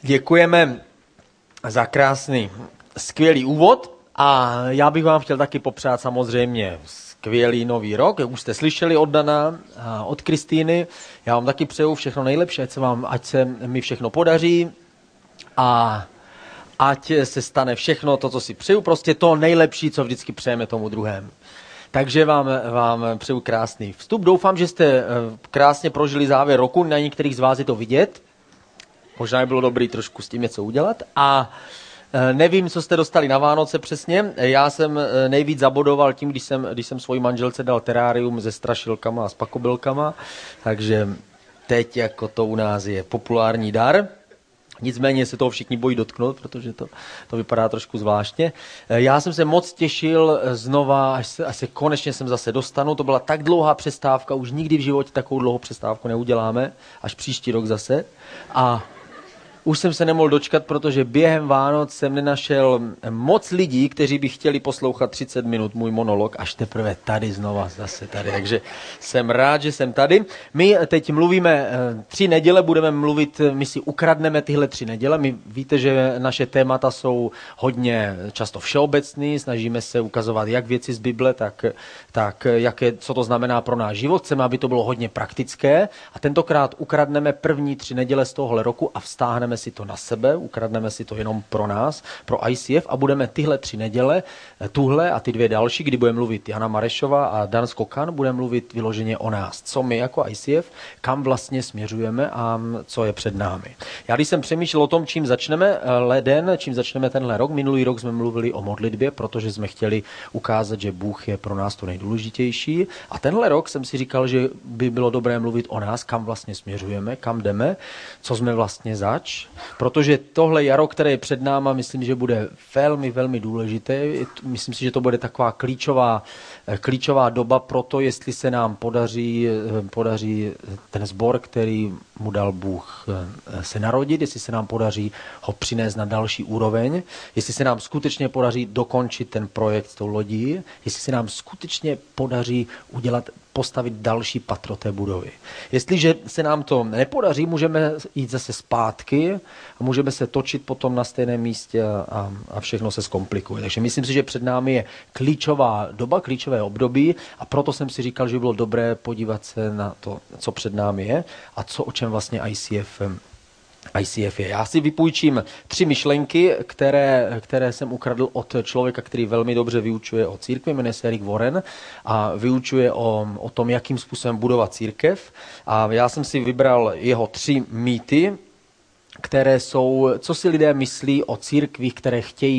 Děkujeme za krásný, skvělý úvod a já bych vám chtěl taky popřát samozřejmě skvělý nový rok. Jak už jste slyšeli od Dana a od Kristýny, já vám taky přeju všechno nejlepší, ať se mi všechno podaří a ať se stane všechno to, co si přeju, prostě to nejlepší, co vždycky přejeme tomu druhému. Takže vám přeju krásný vstup. Doufám, že jste krásně prožili závěr roku, na některých z vás je to vidět. Možná by bylo dobré trošku s tím něco udělat. A nevím, co jste dostali na Vánoce přesně. Já jsem nejvíc zabodoval tím, když jsem svojí manželce dal terárium se strašilkama a s pakobylkama. Takže teď jako to u nás je populární dar. Nicméně se toho všichni bojí dotknout, protože to vypadá trošku zvláštně. Já jsem se moc těšil znova, až se konečně sem zase dostanu. To byla tak dlouhá přestávka, už nikdy v životě takovou dlouhou přestávku neuděláme, až příští rok zase. A už jsem se nemohl dočkat, protože během Vánoc jsem nenašel moc lidí, kteří by chtěli poslouchat 30 minut můj monolog, až teprve tady znova, zase tady. Takže jsem rád, že jsem tady. My teď mluvíme 3 neděle, budeme mluvit, my si ukradneme tyhle 3 neděle. My víte, že naše témata jsou hodně často všeobecný, snažíme se ukazovat jak věci z Bible, tak co to znamená pro náš život. Chceme, aby to bylo hodně praktické a tentokrát ukradneme první 3 neděle z tohohle roku a vztáhneme si to na sebe, ukradneme si to jenom pro nás, pro ICF a budeme tyhle 3 neděle, tuhle a ty 2 další, kdy bude mluvit Jana Marešová a Dan Skokan, bude mluvit vyloženě o nás. Co my jako ICF, kam vlastně směřujeme a co je před námi. Já když jsem přemýšlel o tom, čím začneme čím začneme tenhle rok, minulý rok jsme mluvili o modlitbě, protože jsme chtěli ukázat, že Bůh je pro nás to nejdůležitější a tenhle rok jsem si říkal, že by bylo dobré mluvit o nás, kam vlastně směřujeme, kam jdeme, co jsme vlastně zač. Protože tohle jaro, které je před náma, myslím, že bude velmi, velmi důležité. Myslím si, že to bude taková klíčová doba pro to, jestli se nám podaří ten sbor, který mu dal Bůh se narodit, jestli se nám podaří ho přinést na další úroveň, jestli se nám skutečně podaří dokončit ten projekt s tou lodí, jestli se nám skutečně podaří postavit další patro té budovy. Jestliže se nám to nepodaří, můžeme jít zase zpátky a můžeme se točit potom na stejném místě a všechno se zkomplikuje. Takže myslím si, že před námi je klíčová doba, klíčové období a proto jsem si říkal, že by bylo dobré podívat se na to, co před námi je a o čem vlastně ICF je. Já si vypůjčím 3 myšlenky, které jsem ukradl od člověka, který velmi dobře vyučuje o církvi, jmenuje se Rick Warren a vyučuje o tom, jakým způsobem budovat církev. A já jsem si vybral jeho 3 mýty, které jsou, co si lidé myslí o církvích, které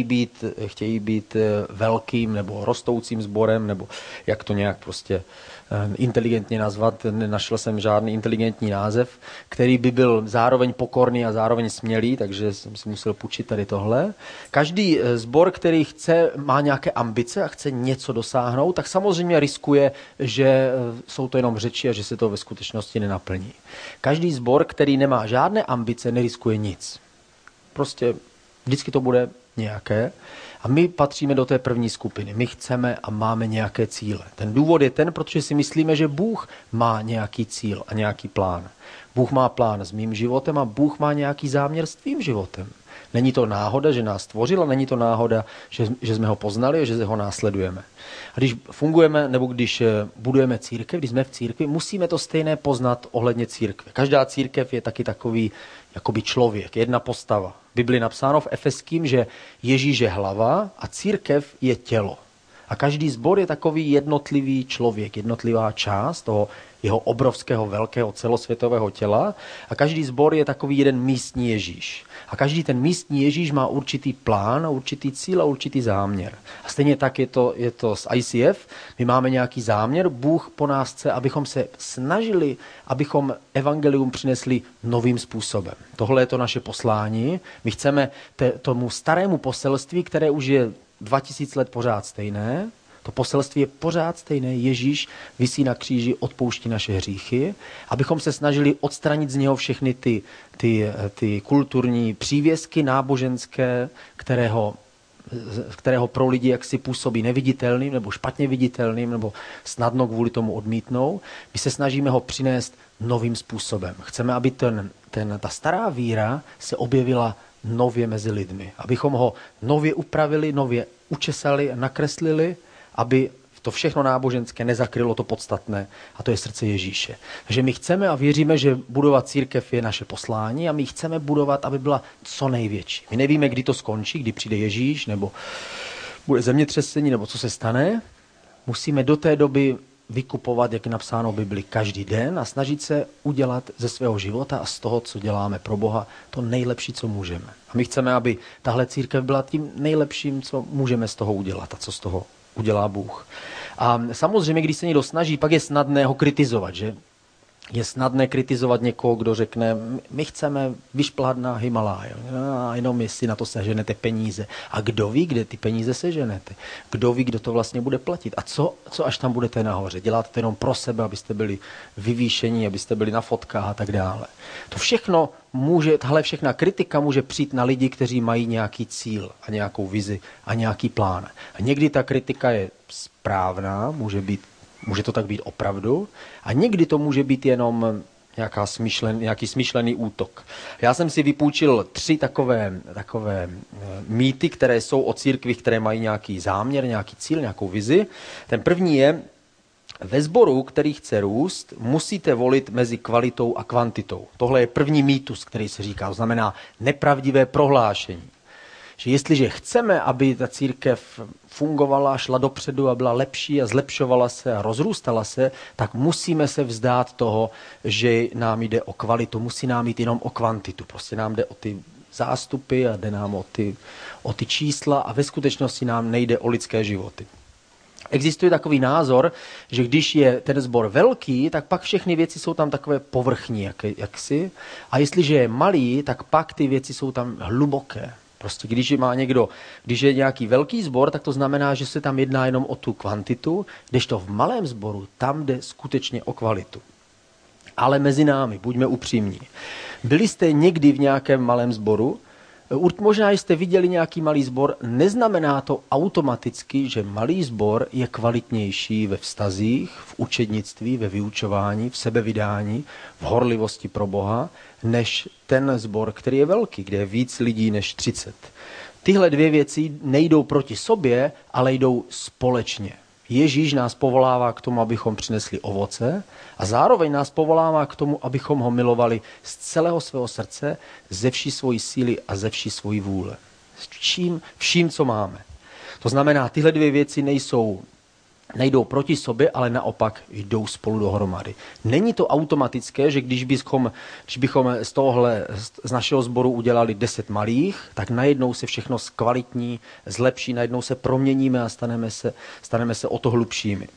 chtějí být velkým nebo rostoucím sborem, nebo jak to nějak prostě inteligentně nazvat. Nenašel jsem žádný inteligentní název, který by byl zároveň pokorný a zároveň smělý, takže jsem si musel půjčit tady tohle. Každý sbor, který má nějaké ambice a chce něco dosáhnout, tak samozřejmě riskuje, že jsou to jenom řeči a že se to ve skutečnosti nenaplní. Každý sbor, který nemá žádné ambice, neriskuje nic. Prostě vždycky to bude nějaké. A my patříme do té první skupiny. My chceme a máme nějaké cíle. Ten důvod je ten, protože si myslíme, že Bůh má nějaký cíl a nějaký plán. Bůh má plán s mým životem a Bůh má nějaký záměr s tvým životem. Není to náhoda, že nás stvořil, a není to náhoda, že jsme ho poznali a že ho následujeme. A když fungujeme, nebo když budujeme církev, když jsme v církvi, musíme to stejné poznat ohledně církve. Každá církev je taky takový jakoby člověk, jedna postava. V Bibli napsáno v Efeským, že Ježíš je hlava a církev je tělo. A každý sbor je takový jednotlivý člověk, jednotlivá část toho jeho obrovského, velkého, celosvětového těla. A každý sbor je takový jeden místní Ježíš. A každý ten místní Ježíš má určitý plán, určitý cíl a určitý záměr. A stejně tak je to s ICF. My máme nějaký záměr. Bůh po nás chce, abychom se snažili, abychom evangelium přinesli novým způsobem. Tohle je to naše poslání. My chceme tomu starému poselství, které už je 2000 let pořád stejné. To poselství je pořád stejné. Ježíš visí na kříži, odpouští naše hříchy, abychom se snažili odstranit z něho všechny ty kulturní přívěsky náboženské, kterého pro lidi jaksi působí neviditelným nebo špatně viditelným nebo snadno kvůli tomu odmítnou. My se snažíme ho přinést novým způsobem. Chceme, aby ta stará víra se objevila nově mezi lidmi. Abychom ho nově upravili, nově učesali, nakreslili, aby to všechno náboženské nezakrylo to podstatné, a to je srdce Ježíše. Takže my chceme a věříme, že budovat církev je naše poslání a my chceme budovat, aby byla co největší. My nevíme, kdy to skončí, kdy přijde Ježíš, nebo bude zemětřesení, nebo co se stane. Musíme do té doby vykupovat, jak je napsáno v Bibli, každý den a snažit se udělat ze svého života a z toho, co děláme pro Boha, to nejlepší, co můžeme. A my chceme, aby tahle církev byla tím nejlepším, co můžeme z toho udělat a co z toho udělá Bůh. A samozřejmě, když se někdo snaží, pak je snadné ho kritizovat, že? Je snadné kritizovat někoho, kdo řekne, my chceme vyšplhat na Himalaj, a jenom jestli na to seženete peníze. A kdo ví, kde ty peníze seženete? Kdo ví, kdo to vlastně bude platit? A co až tam budete nahoře? Děláte to jenom pro sebe, abyste byli vyvýšení, abyste byli na fotkách a tak dále. To všechno tahle všechna kritika může přijít na lidi, kteří mají nějaký cíl a nějakou vizi a nějaký plán. A někdy ta kritika je správná, může to tak být opravdu, a někdy to může být jenom nějaký smyšlený útok. Já jsem si vypůjčil 3 takové mýty, které jsou o církvích, které mají nějaký záměr, nějaký cíl, nějakou vizi. Ten první je, ve sboru, který chce růst, musíte volit mezi kvalitou a kvantitou. Tohle je první mýtus, který se říká, to znamená nepravdivé prohlášení. Že jestliže chceme, aby ta církev fungovala, šla dopředu a byla lepší a zlepšovala se a rozrůstala se, tak musíme se vzdát toho, že nám jde o kvalitu, musí nám jít jenom o kvantitu. Prostě nám jde o ty zástupy a jde nám o ty čísla a ve skutečnosti nám nejde o lidské životy. Existuje takový názor, že když je ten sbor velký, tak pak všechny věci jsou tam takové povrchní, jaksi. A jestliže je malý, tak pak ty věci jsou tam hluboké. Prostě když je nějaký velký sbor, tak to znamená, že se tam jedná jenom o tu kvantitu, kdežto v malém sboru tam jde skutečně o kvalitu. Ale mezi námi, buďme upřímní. Byli jste někdy v nějakém malém sboru? Možná jste viděli nějaký malý sbor, neznamená to automaticky, že malý sbor je kvalitnější ve vztazích, v učednictví, ve vyučování, v sebevydání, v horlivosti pro Boha, než ten sbor, který je velký, kde je víc lidí než 30. Tyhle 2 věci nejdou proti sobě, ale jdou společně. Ježíš nás povolává k tomu, abychom přinesli ovoce, a zároveň nás povolává k tomu, abychom ho milovali z celého svého srdce, ze vší svojí síly a ze vší svojí vůle. Vším, co máme. To znamená, tyhle 2 věci nejdou proti sobě, ale naopak jdou spolu dohromady. Není to automatické, že když bychom z našeho sboru udělali 10 malých, tak najednou se všechno zkvalitní, zlepší, najednou se proměníme a staneme se o to hlubšími.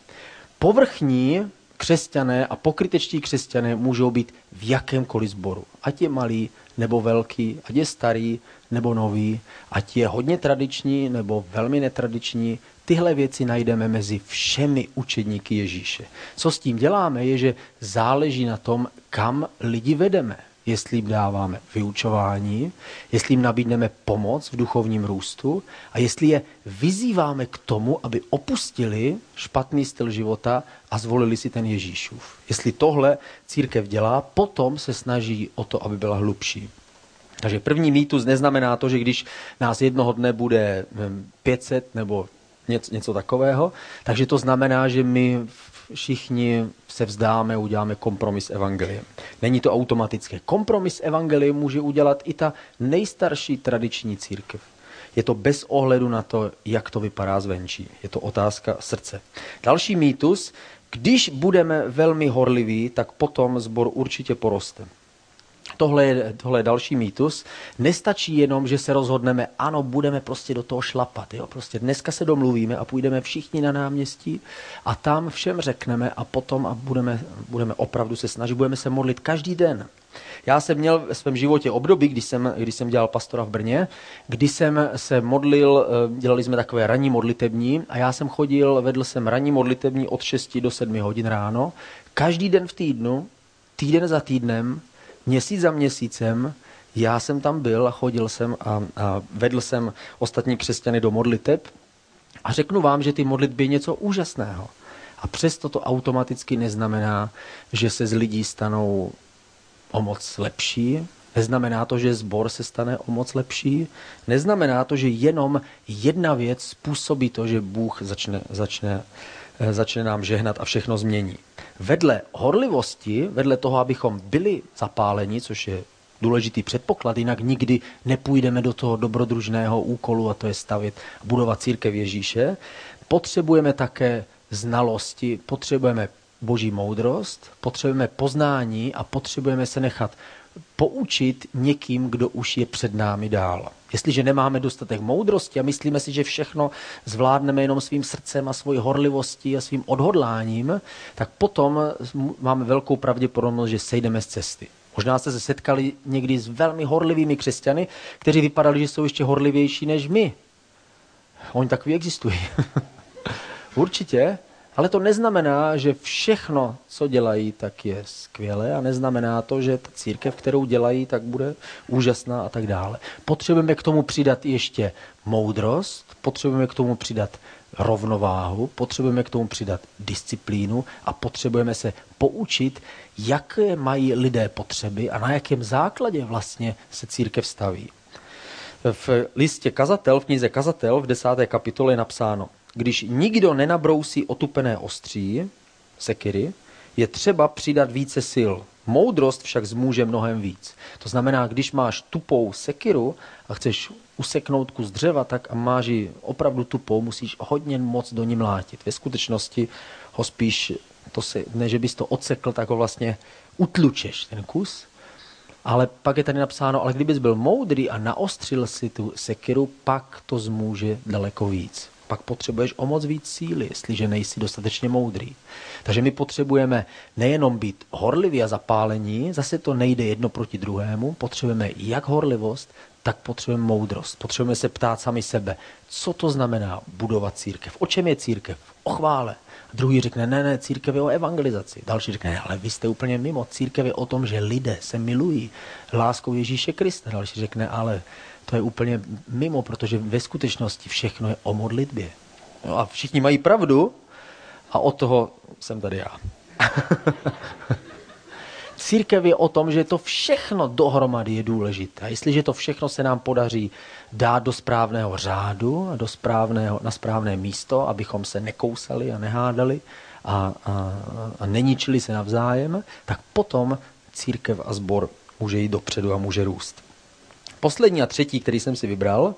Povrchní křesťané a pokrytečtí křesťané můžou být v jakémkoliv sboru. Ať je malý nebo velký, ať je starý nebo nový, ať je hodně tradiční nebo velmi netradiční. Tyhle věci najdeme mezi všemi učedníky Ježíše. Co s tím děláme, je, že záleží na tom, kam lidi vedeme. Jestli jim dáváme vyučování, jestli jim nabídneme pomoc v duchovním růstu a jestli je vyzýváme k tomu, aby opustili špatný styl života a zvolili si ten Ježíšův. Jestli tohle církev dělá, potom se snaží o to, aby byla hlubší. Takže první mýtus neznamená to, že když nás jednoho dne bude 500 nebo něco takového, takže to znamená, že my všichni se vzdáme, uděláme kompromis s evangeliem. Není to automatické. Kompromis s evangeliem může udělat i ta nejstarší tradiční církev. Je to bez ohledu na to, jak to vypadá zvenčí. Je to otázka srdce. Další mýtus, když budeme velmi horliví, tak potom sbor určitě poroste. Tohle je další mýtus. Nestačí jenom, že se rozhodneme, ano, budeme prostě do toho šlapat. Jo? Prostě dneska se domluvíme a půjdeme všichni na náměstí a tam všem řekneme a potom budeme opravdu se snažit, budeme se modlit každý den. Já jsem měl ve svém životě období, když jsem dělal pastora v Brně, kdy jsem se modlil, dělali jsme takové ranní modlitební a já jsem vedl jsem ranní modlitební od 6 do 7 hodin ráno, každý den v týdnu, týden za týdnem, měsíc za měsícem, já jsem tam byl a chodil jsem a vedl jsem ostatní křesťany do modliteb a řeknu vám, že ty modlitby je něco úžasného. A přesto to automaticky neznamená, že se z lidí stanou o moc lepší, Neznamená to, že sbor se stane o moc lepší. Neznamená to, že jenom jedna věc způsobí to, že Bůh začne nám žehnat a všechno změní. Vedle horlivosti, vedle toho, abychom byli zapáleni, což je důležitý předpoklad, jinak nikdy nepůjdeme do toho dobrodružného úkolu, a to je stavět a budovat církev Ježíše, potřebujeme také znalosti, potřebujeme boží moudrost, potřebujeme poznání a potřebujeme se nechat poučit někým, kdo už je před námi dál. Jestliže nemáme dostatek moudrosti a myslíme si, že všechno zvládneme jenom svým srdcem a svojí horlivostí a svým odhodláním, tak potom máme velkou pravděpodobnost, že sejdeme z cesty. Možná jste se setkali někdy s velmi horlivými křesťany, kteří vypadali, že jsou ještě horlivější než my. Oni takový existují. Určitě. Ale to neznamená, že všechno, co dělají, tak je skvělé a neznamená to, že ta církev, kterou dělají, tak bude úžasná a tak dále. Potřebujeme k tomu přidat ještě moudrost, potřebujeme k tomu přidat rovnováhu, potřebujeme k tomu přidat disciplínu a potřebujeme se poučit, jaké mají lidé potřeby a na jakém základě vlastně se církev staví. V listě Kazatel, v knize Kazatel v 10. kapitole je napsáno: když nikdo nenabrousí otupené ostří, sekiry, je třeba přidat více sil. Moudrost však zmůže mnohem víc. To znamená, když máš tupou sekiru a chceš useknout kus dřeva, tak a máš ji opravdu tupou, musíš hodně moc do ní mlátit. Ve skutečnosti ho spíš, ne že bys to odsekl, tak ho vlastně utlučeš, ten kus. Ale pak je tady napsáno, ale kdybys byl moudrý a naostřil si tu sekiru, pak to zmůže daleko víc. Pak potřebuješ o moc víc síly, jestliže nejsi dostatečně moudrý. Takže my potřebujeme nejenom být horliví a zapálení, zase to nejde jedno proti druhému, potřebujeme jak horlivost, tak potřebujeme moudrost. Potřebujeme se ptát sami sebe, co to znamená budovat církev, o čem je církev, o chvále. Druhý řekne, ne, církev je o evangelizaci. Další řekne, ne, ale vy jste úplně mimo. Církev je o tom, že lidé se milují láskou Ježíše Krista. Další řekne, ale to je úplně mimo, protože ve skutečnosti všechno je o modlitbě. No a všichni mají pravdu a od toho jsem tady já. Církev je o tom, že to všechno dohromady je důležité. A jestliže to všechno se nám podaří dát do správného řádu a na správné místo, abychom se nekousali a nehádali a neničili se navzájem, tak potom církev a sbor může jít dopředu a může růst. Poslední a třetí, který jsem si vybral,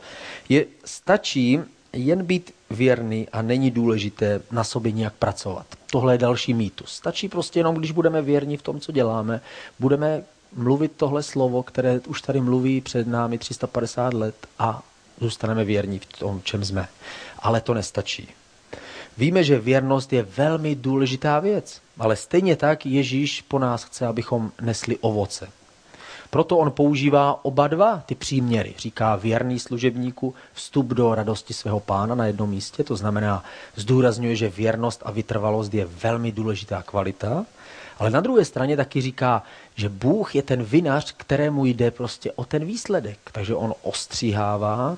stačí jen být věrný a není důležité na sobě nějak pracovat. Tohle je další mýtus. Stačí prostě jenom, když budeme věrní v tom, co děláme, budeme mluvit tohle slovo, které už tady mluví před námi 350 let a zůstaneme věrní v tom, čem jsme. Ale to nestačí. Víme, že věrnost je velmi důležitá věc, ale stejně tak Ježíš po nás chce, abychom nesli ovoce. Proto on používá oba dva ty příměry. Říká věrný služebníku vstup do radosti svého pána na jednom místě, to znamená zdůrazňuje, že věrnost a vytrvalost je velmi důležitá kvalita, ale na druhé straně taky říká, že Bůh je ten vinař, kterému jde prostě o ten výsledek. Takže on ostříhává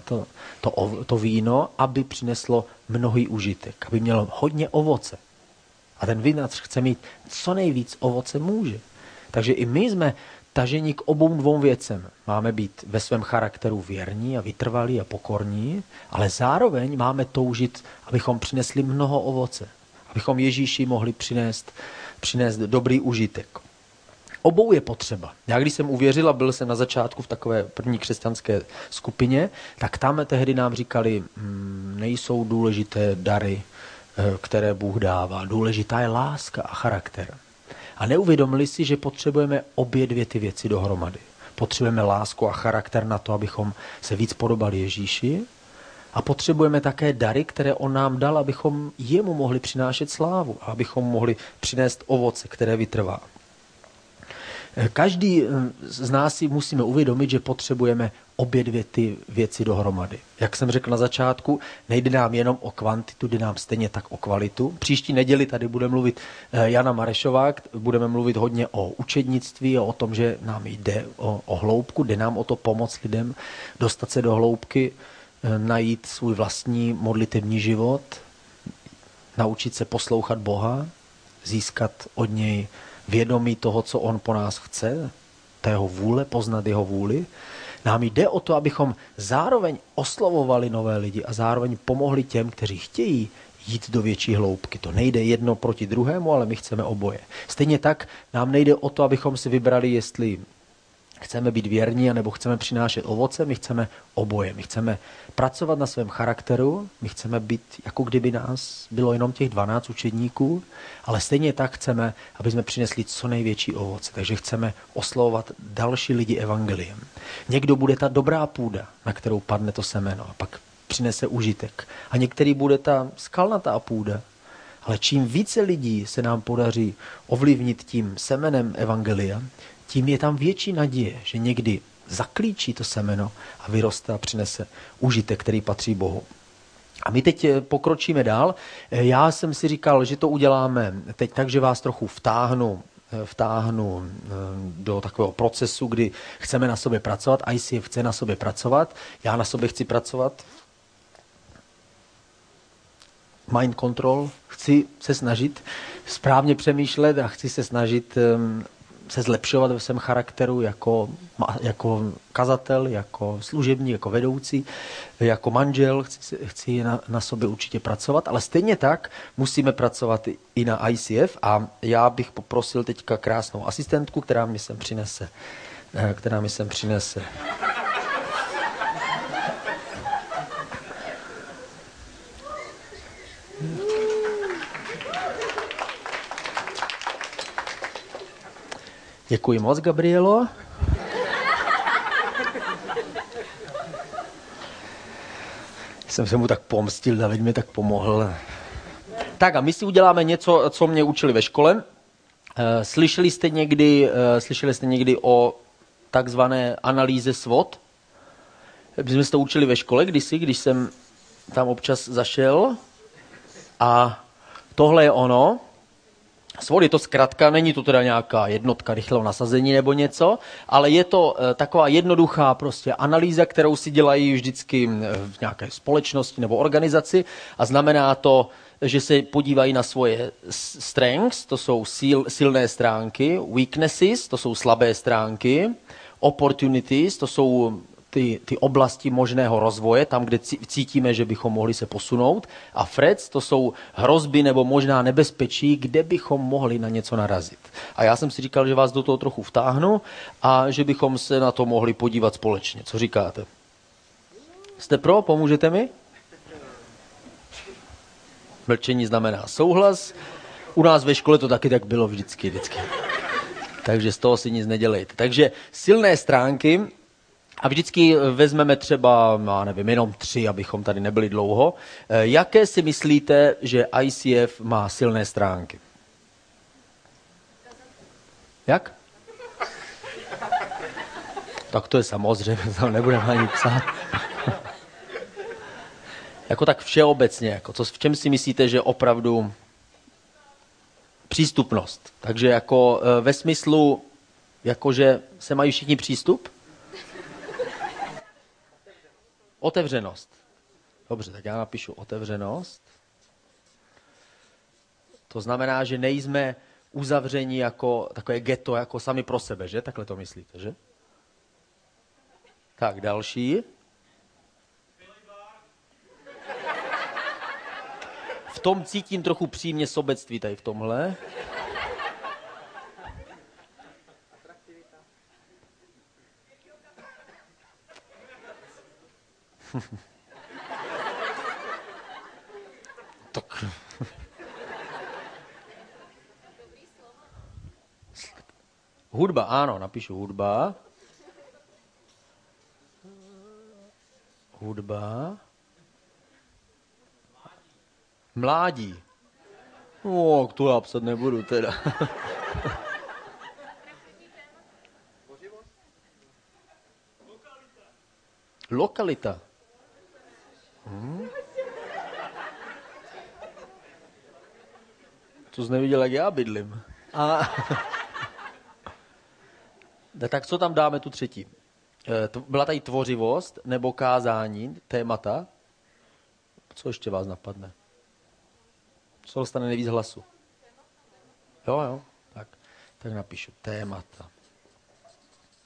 to víno, aby přineslo mnohý užitek, aby mělo hodně ovoce. A ten vinař chce mít co nejvíc ovoce může. Takže i my jsme tažení k obou dvou věcem. Máme být ve svém charakteru věrní a vytrvalí a pokorní, ale zároveň máme toužit, abychom přinesli mnoho ovoce. Abychom Ježíši mohli přinést dobrý užitek. Obou je potřeba. Já když jsem uvěřil a byl jsem na začátku v takové první křesťanské skupině, tak tam tehdy nám říkali, nejsou důležité dary, které Bůh dává. Důležitá je láska a charakter. A neuvědomili si, že potřebujeme obě dvě ty věci dohromady. Potřebujeme lásku a charakter na to, abychom se víc podobali Ježíši. A potřebujeme také dary, které on nám dal, abychom jemu mohli přinášet slávu. A abychom mohli přinést ovoce, které vytrvá. Každý z nás si musíme uvědomit, že potřebujeme obě dvě ty věci dohromady. Jak jsem řekl na začátku, nejde nám jenom o kvantitu, jde nám stejně tak o kvalitu. Příští neděli tady bude mluvit Jana Marešová, budeme mluvit hodně o učednictví a o tom, že nám jde o hloubku, jde nám o to pomoct lidem, dostat se do hloubky, najít svůj vlastní modlitevní život, naučit se poslouchat Boha, získat od něj vědomí toho, co on po nás chce, ta jeho vůle, poznat jeho vůli. Nám jde o to, abychom zároveň oslovovali nové lidi a zároveň pomohli těm, kteří chtějí jít do větší hloubky. To nejde jedno proti druhému, ale my chceme oboje. Stejně tak nám nejde o to, abychom si vybrali, jestli chceme být věrní, anebo chceme přinášet ovoce, my chceme oboje. My chceme pracovat na svém charakteru, my chceme být, jako kdyby nás bylo jenom těch 12 učedníků, ale stejně tak chceme, aby jsme přinesli co největší ovoce. Takže chceme oslovovat další lidi evangeliem. Někdo bude ta dobrá půda, na kterou padne to semeno a pak přinese užitek. A některý bude ta skalnatá půda. Ale čím více lidí se nám podaří ovlivnit tím semenem evangelia, tím je tam větší naděje, že někdy zaklíčí to semeno a vyroste a přinese užitek, který patří Bohu. A my teď pokročíme dál. Já jsem si říkal, že to uděláme teď tak, že vás trochu vtáhnu do takového procesu, kdy chceme na sobě pracovat. ICF chce na sobě pracovat, já na sobě chci pracovat. Mind control, chci se snažit správně přemýšlet a chci se snažit se zlepšovat ve svém charakteru jako kazatel, jako služebník, jako vedoucí, jako manžel. Chci na sobě určitě pracovat, ale stejně tak musíme pracovat i na ICF a já bych poprosil teďka krásnou asistentku, která mi sem přinese. Děkuji moc, Gabrielo. Jsem se mu tak pomstil, David mi tak pomohl. Tak a my si uděláme něco, co mě učili ve škole. Slyšeli jste někdy o takzvané analýze SWOT? My jsme se to učili ve škole kdysi, když jsem tam občas zašel. A tohle je ono. SWOT je to zkratka, není to teda nějaká jednotka rychlého nasazení nebo něco, ale je to taková jednoduchá prostě analýza, kterou si dělají vždycky v nějaké společnosti nebo organizaci a znamená to, že se podívají na svoje strengths, to jsou silné stránky, weaknesses, to jsou slabé stránky, opportunities, to jsou ty oblasti možného rozvoje, tam, kde cítíme, že bychom mohli se posunout. A threats, to jsou hrozby nebo možná nebezpečí, kde bychom mohli na něco narazit. A já jsem si říkal, že vás do toho trochu vtáhnu a že bychom se na to mohli podívat společně. Co říkáte? Jste pro? Pomůžete mi? Mlčení znamená souhlas. U nás ve škole to taky tak bylo vždycky. Takže z toho si nic nedělejte. Takže silné stránky. A vždycky vezmeme třeba, já nevím, jenom 3, abychom tady nebyli dlouho. Jaké si myslíte, že ICF má silné stránky? Jak? Tak to je samozřejmě, to nebudeme ani psát. Jako tak všeobecně, jako v čem si myslíte, že opravdu přístupnost? Takže jako ve smyslu, jakože se mají všichni přístup? Otevřenost. Dobře, tak já napíšu otevřenost. To znamená, že nejsme uzavření jako takové ghetto, jako sami pro sebe, že? Takhle to myslíte, že? Tak, další. V tom cítím trochu přímě sobectví tady v tomhle. Tak. Hudba, ano, napíšu hudba. Hudba. Mládí. To já psat nebudu teda. Lokalita. To jsi neviděl, jak já bydlím. Tak co tam dáme tu třetí? Byla tady tvořivost nebo kázání, témata? Co ještě vás napadne? Co dostane nejvíc hlasu? Jo, tak napíšu témata.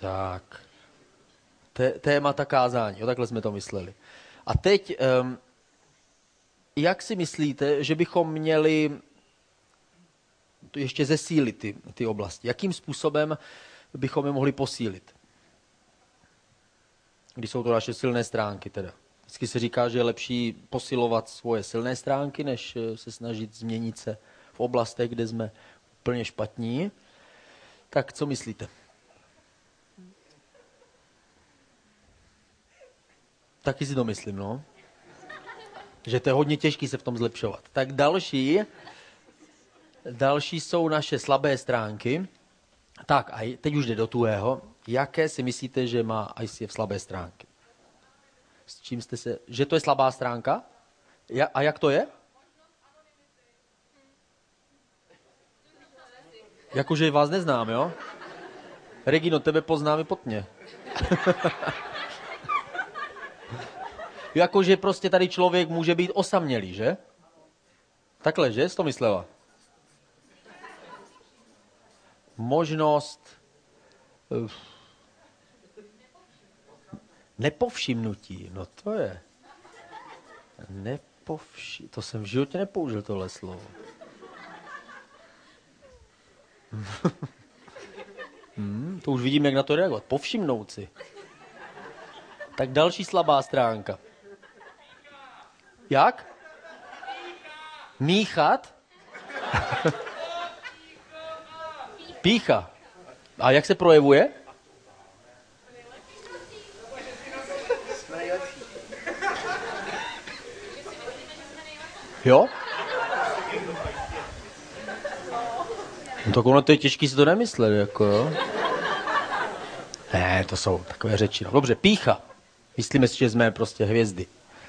Tak. Témata kázání, jo, takhle jsme to mysleli. A teď, jak si myslíte, že bychom měli ještě zesílit ty oblasti? Jakým způsobem bychom je mohli posílit? Když jsou to naše silné stránky teda. Vždycky se říká, že je lepší posilovat svoje silné stránky, než se snažit změnit se v oblastech, kde jsme úplně špatní. Tak co myslíte? Taky si to myslím, no. Že to je hodně těžké se v tom zlepšovat. Tak další jsou naše slabé stránky. Tak a teď už jde do tuhého. Jaké si myslíte, že má ICF slabé stránky? S čím jste se... Že to je slabá stránka? A jak to je? Jakože vás neznám, jo? Regino, tebe poznám i potně. Jakože prostě tady člověk může být osamělý, že? Takhle, že? Jsi to myslela? Možnost nepovšimnutí, no to je. To jsem v životě nepoužil tohle slovo. To už vidím, jak na to reagovat. Povšimnout si. Tak další slabá stránka. Jak? Míchat? Pýcha. A jak se projevuje? Jo? No tak ono to je těžký si to nemyslet, jako jo. Ne, to jsou takové řeči. No, dobře, pýcha. Myslíme si, že jsme prostě hvězdy.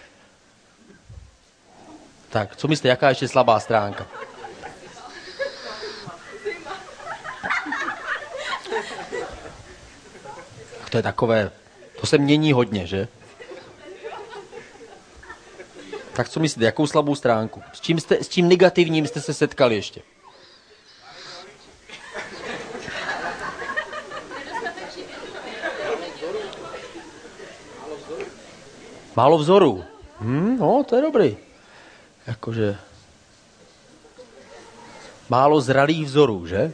Tak, co myslíte, jaká je ještě slabá stránka? To je takové, to se mění hodně, že? Tak co myslíte, jakou slabou stránku? S čím negativním jste se setkali ještě? Málo vzorů. No, to je dobrý. Jakože... Málo zralých vzorů, že?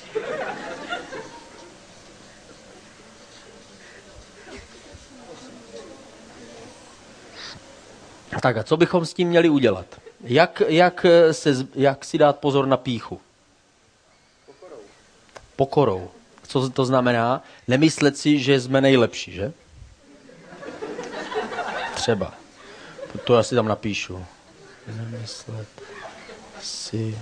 Tak a co bychom s tím měli udělat? Jak si dát pozor na pýchu? Pokorou. Co to znamená? Nemyslet si, že jsme nejlepší, že? Třeba. To já si tam napíšu. Nemyslet si...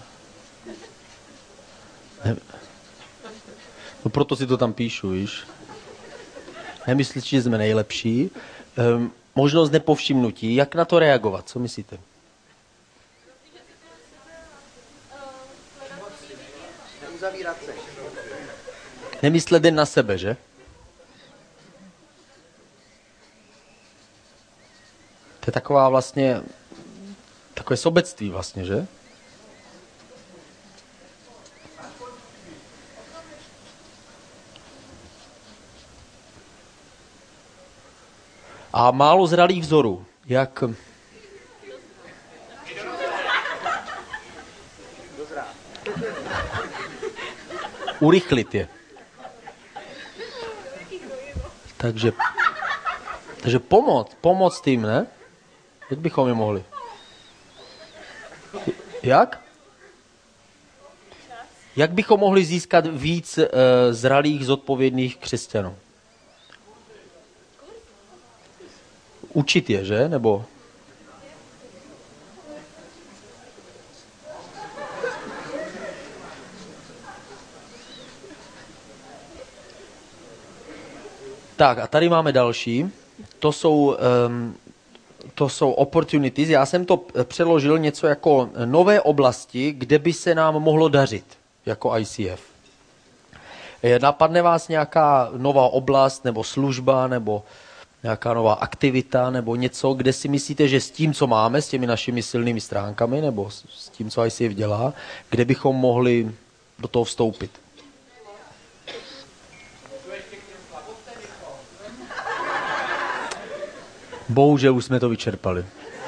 No proto si to tam píšu, víš. Nemyslet si, že jsme nejlepší. Možnost nepovšimnutí. Jak na to reagovat? Co myslíte? Nemyslet jen na sebe, že? To je taková vlastně, takové sobectví vlastně, že? A málo zralých vzorů. Jak... Urychlit je. Takže pomoct tím, ne? Jak bychom je mohli? Jak? Jak bychom mohli získat víc zralých, zodpovědných křesťanů? Učit je, že? Nebo... Tak a tady máme další. To jsou opportunities. Já jsem to přeložil něco jako nové oblasti, kde by se nám mohlo dařit jako ICF. Napadne vás nějaká nová oblast nebo služba nebo nějaká nová aktivita nebo něco, kde si myslíte, že s tím, co máme, s těmi našimi silnými stránkami nebo s tím, co ICF dělá, kde bychom mohli do toho vstoupit? Bohužel už jsme to vyčerpali.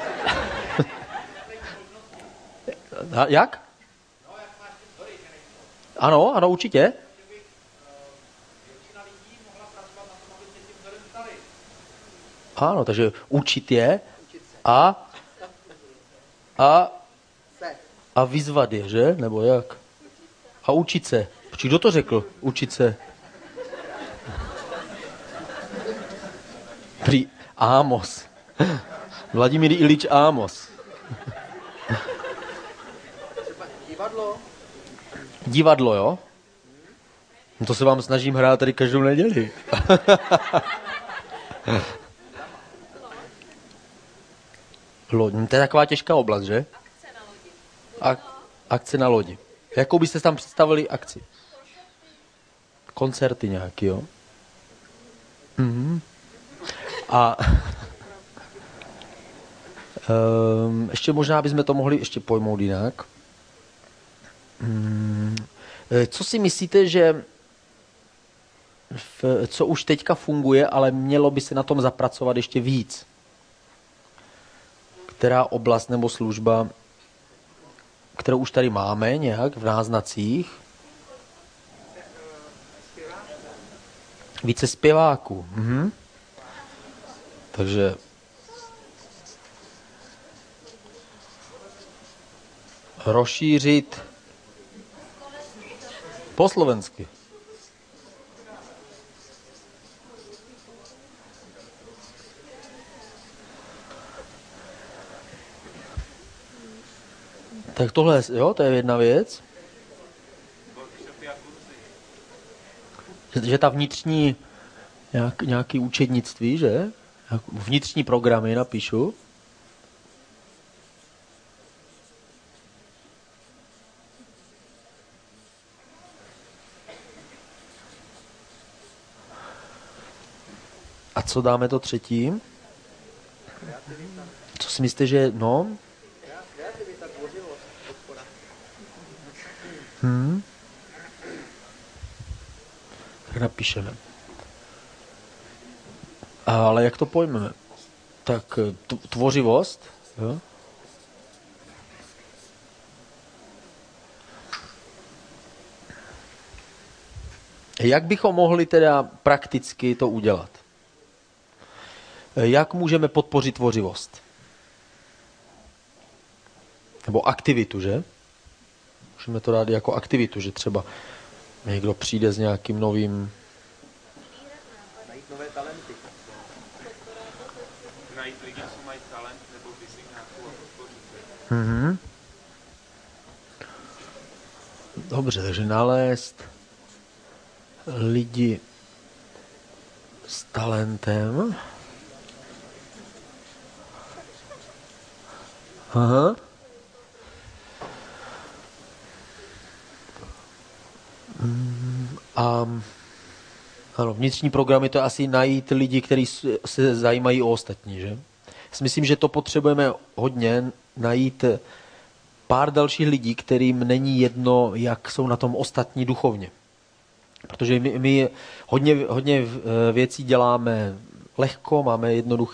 Jak? Ano, ano, určitě. Ano, takže učit je a vyzvat je, že? Nebo jak? A učit se. Počkej, kdo to řekl? Učit se. Ámos. Vladimír Ilič Ámos. Divadlo, jo? No to se vám snažím hrát tady každou neděli. Loď, to je taková těžká oblast, že? Akce na lodi. Akce na lodi. Jakou byste tam představili akci? Koncerty nějaký, jo? Mhm. A ještě možná bychom to mohli ještě pojmout jinak. Co si myslíte, že co už teďka funguje, ale mělo by se na tom zapracovat ještě víc? Která oblast nebo služba, kterou už tady máme nějak v náznacích? Více zpěváků. Mhm. Takže rozšířit po slovensky. Tak tohle, jo, to je jedna věc. Že ta vnitřní nějaký učednictví, že? Vnitřní programy napíšu. A co dáme to třetí? Co si myslíte, že no? Tak napíšeme. Ale jak to pojmeme? Tak tvořivost, jo? Jak bychom mohli teda prakticky to udělat? Jak můžeme podpořit tvořivost? Nebo aktivitu, že? Můžeme to dát jako aktivitu, že třeba někdo přijde s nějakým novým... Najít nové talenty. Najít lidi, co mají talent, nebo vyzvihnout a podpořit. Mhm. Dobře, takže nalézt lidi s talentem. Aha. A ano, vnitřní programy to je asi najít lidi, kteří se zajímají o ostatní, že? Já si myslím, že to potřebujeme hodně najít pár dalších lidí, kterým není jedno, jak jsou na tom ostatní duchovně. Protože my hodně věcí děláme lehko, máme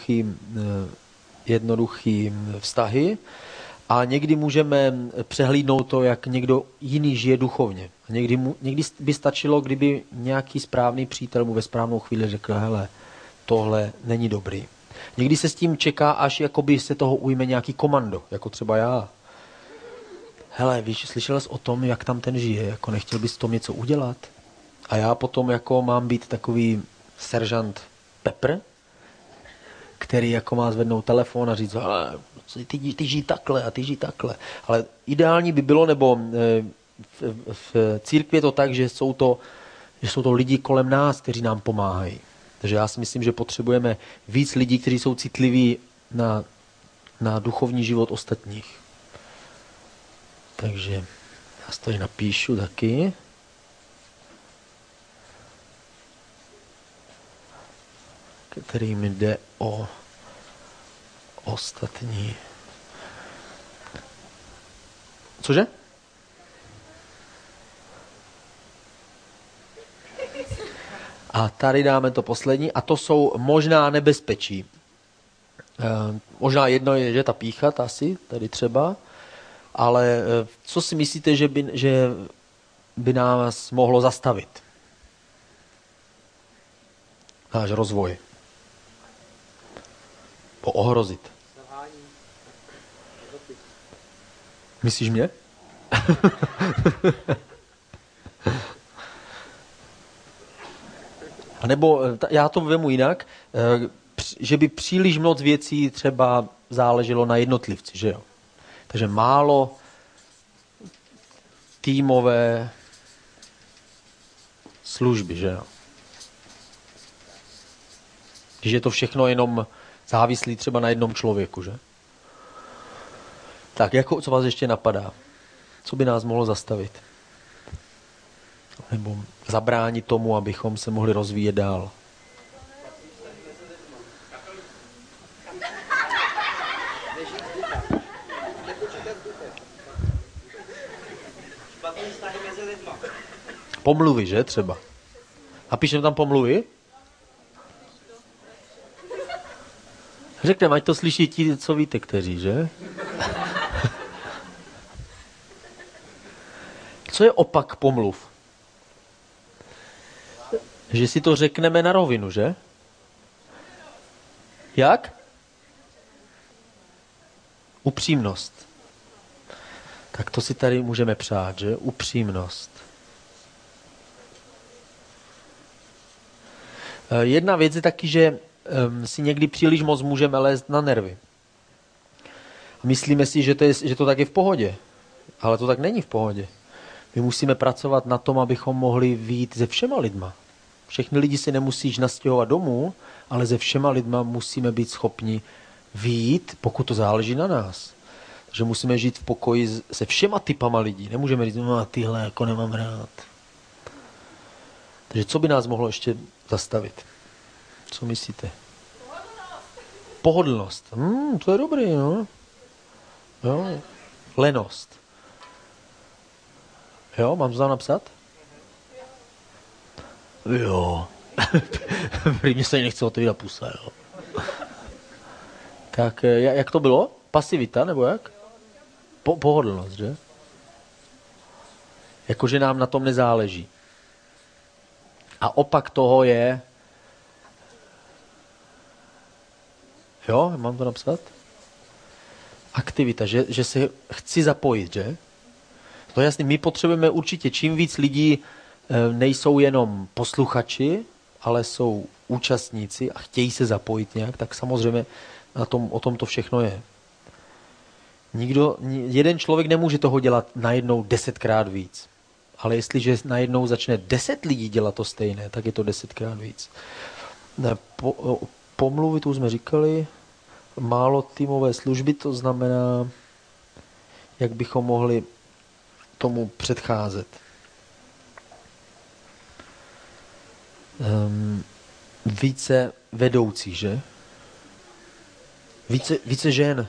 jednoduchý vztahy a někdy můžeme přehlídnout to, jak někdo jiný žije duchovně. A někdy by stačilo, kdyby nějaký správný přítel mu ve správnou chvíli řekl, hele, tohle není dobrý. Někdy se s tím čeká, až jakoby se toho ujme nějaký komando, jako třeba já. Hele, víš, slyšel jsi o tom, jak tam ten žije, jako nechtěl bys tom něco udělat? A já potom jako mám být takový seržant Pepper, který jako má zvednout telefon a říct, hele, ty žij takhle a ty žij takhle. Ale ideální by bylo, nebo v církvi je to tak, že jsou to lidi kolem nás, kteří nám pomáhají. Takže já si myslím, že potřebujeme víc lidí, kteří jsou citliví na duchovní život ostatních. Takže já si to napíšu taky. Kterým jde o ostatní. Cože? A tady dáme to poslední a to jsou možná nebezpečí. Možná jedno je, že ta pýcha, asi, tady třeba, ale co si myslíte, že by nás mohlo zastavit? Náš rozvoj. Ohrozit. Myslíš mě? A nebo já to vemu jinak, že by příliš moc věcí třeba záleželo na jednotlivci, že jo? Takže málo týmové služby, že jo? Když je to všechno jenom závislý třeba na jednom člověku, že? Tak, co vás ještě napadá? Co by nás mohlo zastavit? Nebo zabránit tomu, abychom se mohli rozvíjet dál? Pomluvy, že třeba? A píšeme tam pomluvy? Řekneme, ať to slyší ti, co víte, kteří, že? Co je opak pomluv? Že si to řekneme na rovinu, že? Jak? Upřímnost. Tak to si tady můžeme přát, že? Upřímnost. Jedna věc je taky, že si někdy příliš moc můžeme lézt na nervy. Myslíme si, že to tak je v pohodě. Ale to tak není v pohodě. My musíme pracovat na tom, abychom mohli vyjít se všema lidma. Všechny lidi si nemusíš nastěhovat domů, ale se všema lidma musíme být schopni vyjít, pokud to záleží na nás. Takže musíme žít v pokoji se všema typama lidí. Nemůžeme říct, no tyhle jako nemám rád. Takže co by nás mohlo ještě zastavit? Co myslíte? Pohodlnost. To je dobrý, no. Jo. Lenost. Jo, mám to tam napsat? Jo. Prý mě se nechce otevírat pusa, jo. Tak jak to bylo? Pasivita, nebo jak? Pohodlnost, že? Jakože nám na tom nezáleží. A opak toho je... Jo, mám to napsat? Aktivita, že se chci zapojit, že? To je jasný, my potřebujeme určitě, čím víc lidí nejsou jenom posluchači, ale jsou účastníci a chtějí se zapojit nějak, tak samozřejmě o tom to všechno je. Jeden člověk nemůže toho dělat najednou 10krát víc. Ale jestliže najednou začne 10 lidí dělat to stejné, tak je to 10krát víc. Pomluvy, tu jsme říkali, málo týmové služby, to znamená, jak bychom mohli tomu předcházet. Více vedoucích, že? Více žen.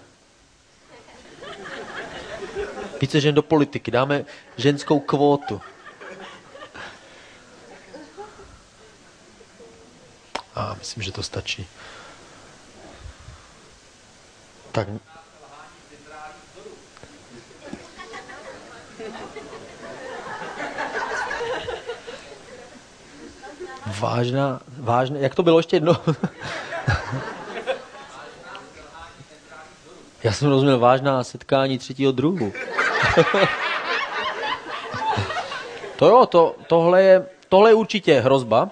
Více žen do politiky. Dáme ženskou kvótu. Myslím, že to stačí. Tak. Vážná, jak to bylo ještě jedno? Já jsem rozuměl vážná setkání 3. druhu. Tohle je určitě hrozba,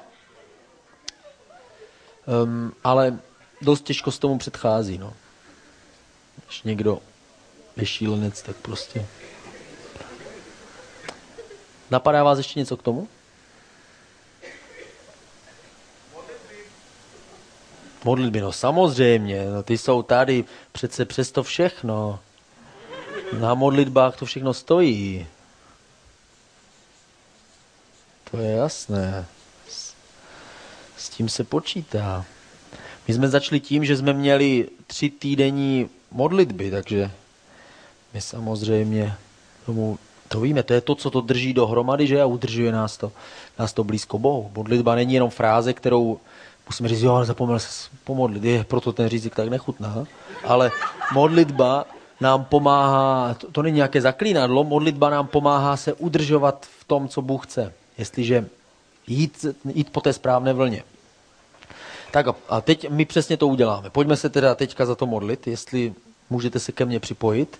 ale dost těžko s tomu předchází. No. Když někdo je šílenec, tak prostě. Napadá vás ještě něco k tomu? Modlitby, no samozřejmě, no, ty jsou tady přece přes to všechno. Na modlitbách to všechno stojí. To je jasné. S tím se počítá. My jsme začali tím, že jsme měli 3 týdenní modlitby, takže my samozřejmě to víme, to je to, co to drží dohromady, že a udržuje nás to blízko Bohu. Modlitba není jenom fráze, kterou musíme říct, jo, ale zapomněl se pomodlit, proto ten řízik tak nechutná, ale modlitba nám pomáhá, to není nějaké zaklínadlo, modlitba nám pomáhá se udržovat v tom, co Bůh chce, jestliže jít po té správné vlně. Tak a teď my přesně to uděláme. Pojďme se teda teďka za to modlit, jestli můžete se ke mně připojit.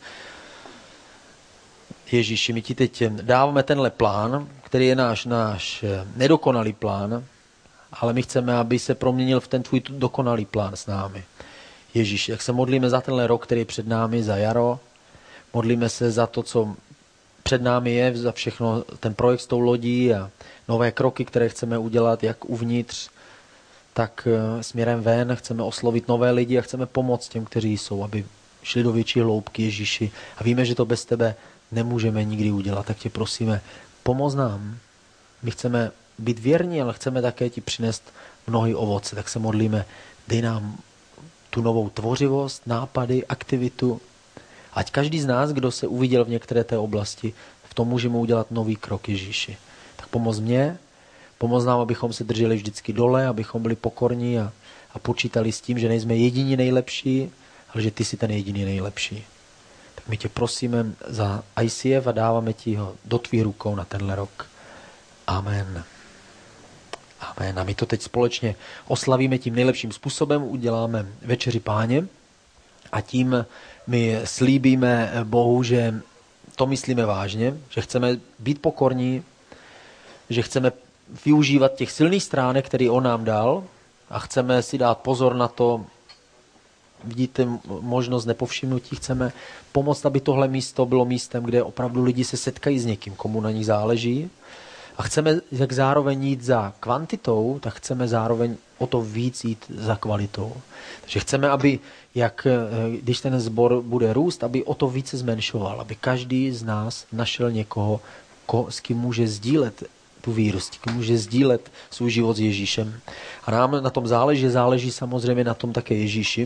Ježíši, my ti teď dáváme tenhle plán, který je náš nedokonalý plán, ale my chceme, aby se proměnil v ten tvůj dokonalý plán s námi. Ježíši, jak se modlíme za tenhle rok, který je před námi, za jaro, modlíme se za to, co před námi je, za všechno ten projekt s tou lodí a nové kroky, které chceme udělat, jak uvnitř, tak směrem ven. Chceme oslovit nové lidi a chceme pomoct těm, kteří jsou, aby šli do větší hloubky, Ježíši. A víme, že to bez tebe nemůžeme nikdy udělat, tak tě prosíme, pomoz nám. My chceme být věrní, ale chceme také ti přinést mnohý ovoce, tak se modlíme, dej nám tu novou tvořivost, nápady, aktivitu. Ať každý z nás, kdo se uviděl v některé té oblasti, v tom můžeme udělat nový krok, Ježíši. Tak pomoz mě, pomoz nám, abychom se drželi vždycky dole, abychom byli pokorní a počítali s tím, že nejsme jediní nejlepší, ale že ty jsi ten jediný nejlepší. Tak my tě prosíme za ICF a dáváme ti ho do tvých rukou na tenhle rok. Amen. Amen. A my to teď společně oslavíme tím nejlepším způsobem, uděláme večeři Páně a tím my slíbíme Bohu, že to myslíme vážně, že chceme být pokorní, že chceme využívat těch silných stránek, které on nám dal a chceme si dát pozor na to, vidíte možnost nepovšimnutí, chceme pomoct, aby tohle místo bylo místem, kde opravdu lidi se setkají s někým, komu na nich záleží. A chceme, jak zároveň jít za kvantitou, tak chceme zároveň o to víc jít za kvalitou. Takže chceme, aby, když ten sbor bude růst, aby o to více zmenšoval, aby každý z nás našel někoho, s kým může sdílet tu víru, s kým může sdílet svůj život s Ježíšem. A nám na tom záleží samozřejmě na tom také Ježíši.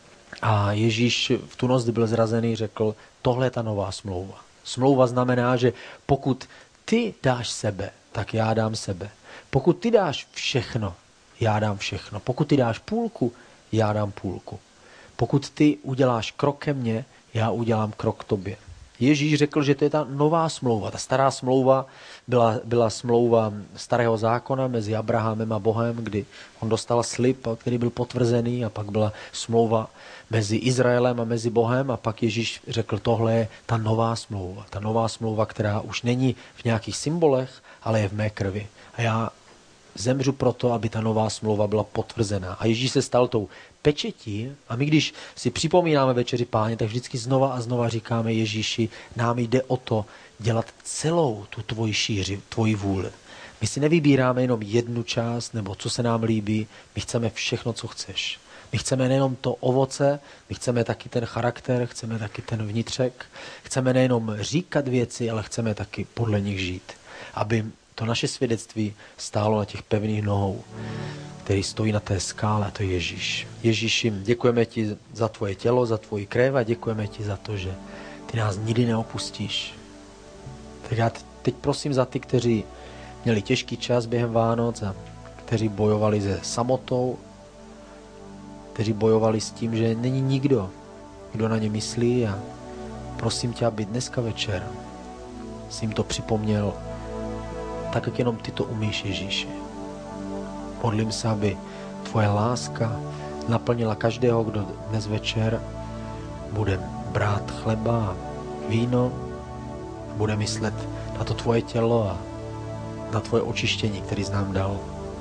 A Ježíš v tu noc, kdy byl zrazený, řekl, tohle je ta nová smlouva. Smlouva znamená, že pokud ty dáš sebe, tak já dám sebe. Pokud ty dáš všechno, já dám všechno. Pokud ty dáš půlku, já dám půlku. Pokud ty uděláš krok ke mně, já udělám krok k tobě. Ježíš řekl, že to je ta nová smlouva. Ta stará smlouva byla smlouva starého zákona mezi Abrahamem a Bohem, kdy on dostal slib, který byl potvrzený, a pak byla smlouva mezi Izraelem a mezi Bohem, a pak Ježíš řekl, tohle je ta nová smlouva. Ta nová smlouva, která už není v nějakých symbolech, ale je v mé krvi. A já zemřu proto, aby ta nová smlouva byla potvrzená. A Ježíš se stal tou pečetí a my, když si připomínáme večeři Páně, tak vždycky znova a znova říkáme Ježíši, nám jde o to dělat celou tu tvoji šíři, tvoji vůli. My si nevybíráme jenom jednu část, nebo co se nám líbí, my chceme všechno, co chceš. My chceme nejenom to ovoce, my chceme taky ten charakter, chceme taky ten vnitřek, chceme nejenom říkat věci, ale chceme taky podle nich žít. Aby to naše svědectví stálo na těch pevných nohou, který stojí na té skále, a to je Ježíš. Ježíši, děkujeme ti za tvoje tělo, za tvoji krev a děkujeme ti za to, že ty nás nikdy neopustíš. Tak já teď prosím za ty, kteří měli těžký čas během Vánoc a kteří bojovali se samotou, kteří bojovali s tím, že není nikdo, kdo na ně myslí, a prosím tě, aby dneska večer si jim to připomněl, tak jak jenom ty to umíš, Ježíši. Modlím se, aby tvoje láska naplnila každého, kdo dnes večer bude brát chleba a víno, bude myslet na to tvoje tělo a na tvoje očištění, který jsi nám dal.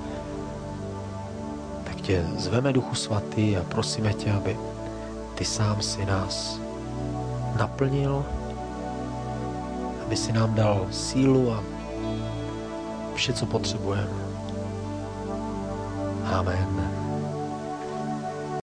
Tak tě zveme, Duchu Svatý, a prosíme tě, aby ty sám si nás naplnil, aby si nám dal sílu a vše, co potřebujeme. Amen.